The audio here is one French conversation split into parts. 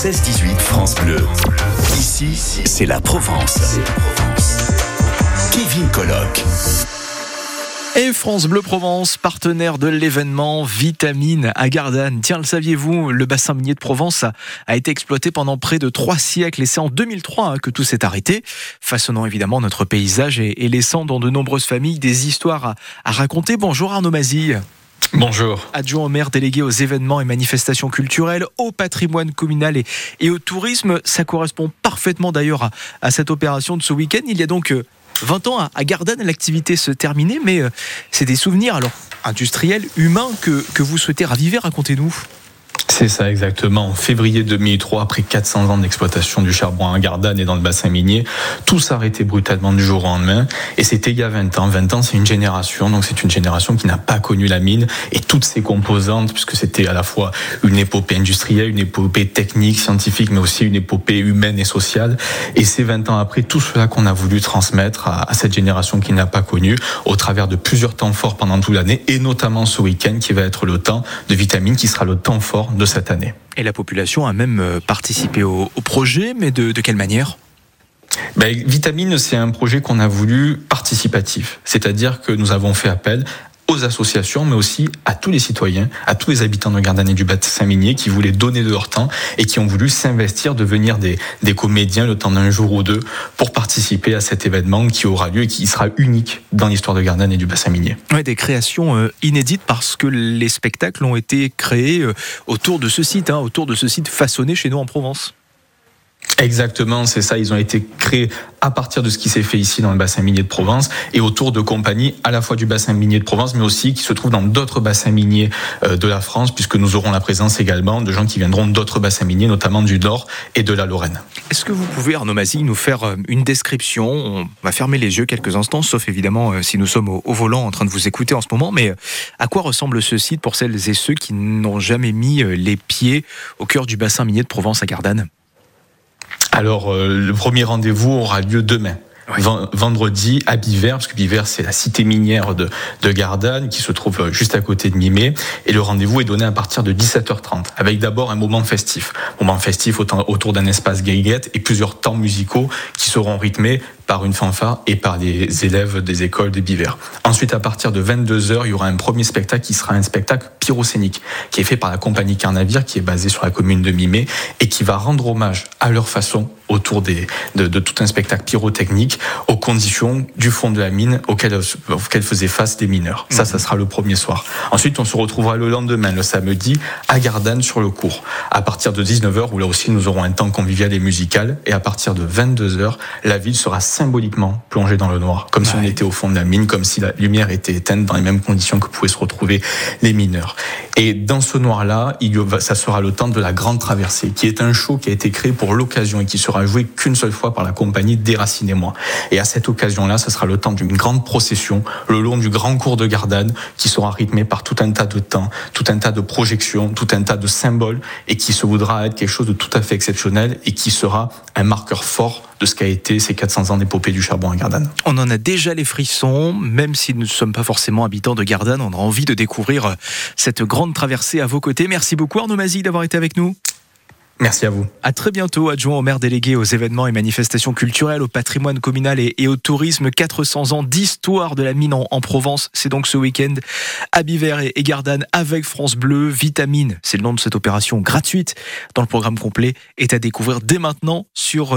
16-18 France Bleu. Ici, c'est la Provence. Kevin Colloque. Et France Bleu Provence, partenaire de l'événement Vitamine à Gardanne. Tiens, le saviez-vous, le bassin minier de Provence a été exploité pendant près de 3 siècles et c'est en 2003 que tout s'est arrêté, façonnant évidemment notre paysage et laissant dans de nombreuses familles des histoires à raconter. Bonjour Arnaud Mazie. Bonjour. Adjoint au maire délégué aux événements et manifestations culturelles, au patrimoine communal et au tourisme. Ça correspond parfaitement d'ailleurs à cette opération de ce week-end. Il y a donc 20 ans à Gardanne, l'activité se terminait, mais c'est des souvenirs alors industriels, humains que vous souhaitez raviver. Racontez-nous. C'est ça exactement. En février 2003, après 400 ans d'exploitation du charbon à Gardanne et dans le bassin minier, tout s'arrêtait brutalement du jour au lendemain. Et c'était il y a 20 ans. 20 ans, c'est une génération. Donc c'est une génération qui n'a pas connu la mine et toutes ses composantes, puisque c'était à la fois une épopée industrielle, une épopée technique, scientifique, mais aussi une épopée humaine et sociale. Et c'est 20 ans après, tout cela qu'on a voulu transmettre à cette génération qui n'a pas connu, au travers de plusieurs temps forts pendant toute l'année, et notamment ce week-end qui va être le temps de Vitamine, qui sera le temps fort de cette année. Et la population a même participé au projet, mais de quelle manière ? Vitamine, c'est un projet qu'on a voulu participatif, c'est-à-dire que nous avons fait appel aux associations, mais aussi à tous les citoyens, à tous les habitants de Gardanne et du bassin minier qui voulaient donner de leur temps et qui ont voulu s'investir, devenir des comédiens le temps d'un jour ou deux pour participer à cet événement qui aura lieu et qui sera unique dans l'histoire de Gardanne et du bassin minier. Ouais, des créations inédites parce que les spectacles ont été créés autour de ce site, façonné chez nous en Provence. Exactement, c'est ça. Ils ont été créés à partir de ce qui s'est fait ici dans le bassin minier de Provence et autour de compagnies à la fois du bassin minier de Provence, mais aussi qui se trouvent dans d'autres bassins miniers de la France, puisque nous aurons la présence également de gens qui viendront d'autres bassins miniers, notamment du Nord et de la Lorraine. Est-ce que vous pouvez, Arnaud Mazie, nous faire une description ? On va fermer les yeux quelques instants, sauf évidemment si nous sommes au volant en train de vous écouter en ce moment, mais à quoi ressemble ce site pour celles et ceux qui n'ont jamais mis les pieds au cœur du bassin minier de Provence à Gardanne ? Alors, le premier rendez-vous aura lieu demain. Oui. Vendredi à Bivers, parce que Bivers c'est la cité minière de Gardanne qui se trouve juste à côté de Mimé, et le rendez-vous est donné à partir de 17h30 avec d'abord un moment festif autour d'un espace guinguette et plusieurs temps musicaux qui seront rythmés par une fanfare et par les élèves des écoles de Bivers. Ensuite, à partir de 22h, il y aura un premier spectacle qui sera un spectacle pyrocénique qui est fait par la compagnie Carnavir qui est basée sur la commune de Mimé et qui va rendre hommage à leur façon autour de tout un spectacle pyrotechnique aux conditions du fond de la mine auxquelles faisaient face des mineurs. Ça sera le premier soir. Ensuite, on se retrouvera le lendemain, le samedi, à Gardanne sur le cours. À partir de 19h, où là aussi nous aurons un temps convivial et musical, et à partir de 22h, la ville sera symboliquement plongée dans le noir, comme si on était au fond de la mine, comme si la lumière était éteinte dans les mêmes conditions que pouvaient se retrouver les mineurs. Et dans ce noir-là, ça sera le temps de la Grande Traversée, qui est un show qui a été créé pour l'occasion et qui sera joué qu'une seule fois par la compagnie Déracinez-moi. Et à cette occasion-là, ça sera le temps d'une grande procession le long du grand cours de Gardanne, qui sera rythmé par tout un tas de temps, tout un tas de projections, tout un tas de symboles, et qui se voudra être quelque chose de tout à fait exceptionnel et qui sera un marqueur fort de ce qu'a été ces 400 ans d'épopée du charbon à Gardanne. On en a déjà les frissons, même si nous ne sommes pas forcément habitants de Gardanne, on a envie de découvrir cette grande traversée à vos côtés. Merci beaucoup Arnaud Mazie d'avoir été avec nous. Merci à vous. À très bientôt, adjoint au maire délégué aux événements et manifestations culturelles, au patrimoine communal et au tourisme. 400 ans d'histoire de la mine en Provence. C'est donc ce week-end à Bivers et Gardanne avec France Bleu. Vitamine, c'est le nom de cette opération gratuite dans le programme complet, est à découvrir dès maintenant sur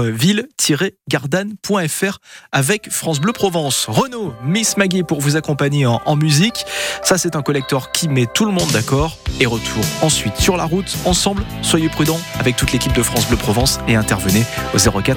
ville-gardanne.fr avec France Bleu Provence. Renaud, Miss Maggie pour vous accompagner en musique. Ça, c'est un collector qui met tout le monde d'accord. Et retour ensuite sur la route, ensemble. Soyez prudents avec toute l'équipe de France Bleu Provence et intervenez au 04